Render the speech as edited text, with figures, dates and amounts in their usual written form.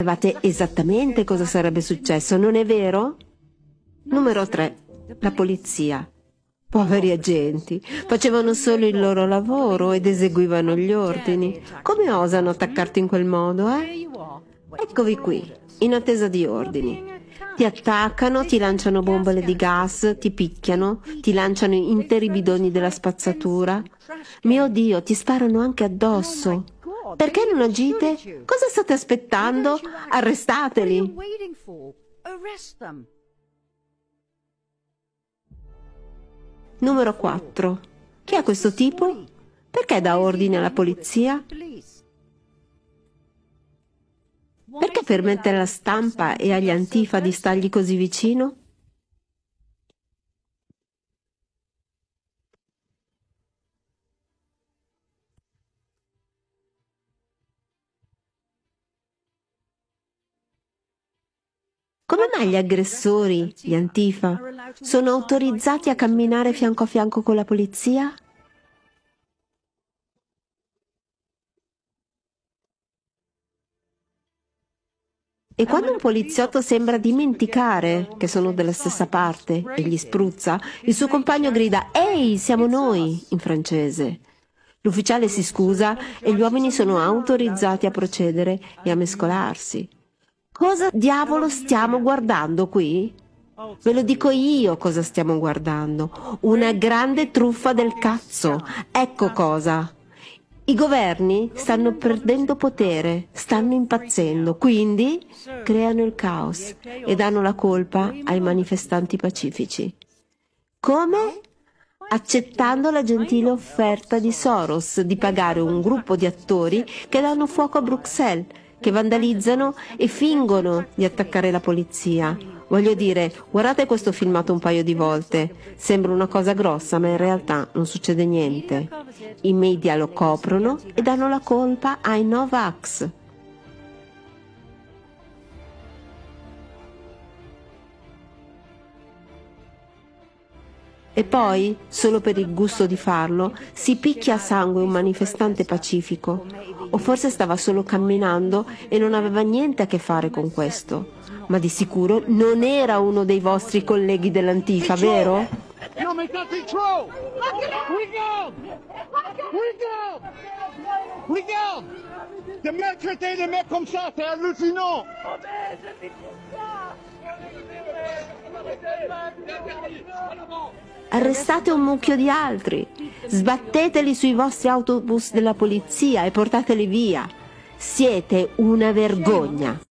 Sapevate esattamente cosa sarebbe successo, non è vero? Numero 3. La polizia. Poveri agenti, facevano solo il loro lavoro ed eseguivano gli ordini. Come osano attaccarti in quel modo, eh? Eccovi qui, in attesa di ordini. Ti attaccano, ti lanciano bombole di gas, ti picchiano, ti lanciano interi bidoni della spazzatura. Mio Dio, ti sparano anche addosso. Perché non agite? Cosa state aspettando? Arrestateli! Numero 4. Chi è questo tipo? Perché dà ordine alla polizia? Perché permette alla stampa e agli Antifa di stargli così vicino? Come mai gli aggressori, gli Antifa, sono autorizzati a camminare fianco a fianco con la polizia? E quando un poliziotto sembra dimenticare che sono dalla stessa parte e gli spruzza, il suo compagno grida «Ehi, siamo noi!» in francese. L'ufficiale si scusa e gli uomini sono autorizzati a procedere e a mescolarsi. Cosa diavolo stiamo guardando qui? Ve lo dico io cosa stiamo guardando. Una grande truffa del cazzo. Ecco cosa. I governi stanno perdendo potere, stanno impazzendo, quindi creano il caos e danno la colpa ai manifestanti pacifici. Come? Accettando la gentile offerta di Soros di pagare un gruppo di attori che danno fuoco a Bruxelles, che vandalizzano e fingono di attaccare la polizia. Voglio dire, guardate questo filmato un paio di volte. Sembra una cosa grossa, ma in realtà non succede niente. I media lo coprono e danno la colpa ai Novax. E poi, solo per il gusto di farlo, si picchia a sangue un manifestante pacifico. O forse stava solo camminando e non aveva niente a che fare con questo. Ma di sicuro non era uno dei vostri colleghi dell'Antifa, vero? Non mi fate trop! Regarde! Regarde! Regarde! De maltraiter des mecs comme ça, c'est hallucinant! Arrestate un mucchio di altri, sbatteteli sui vostri autobus della polizia e portateli via. Siete una vergogna.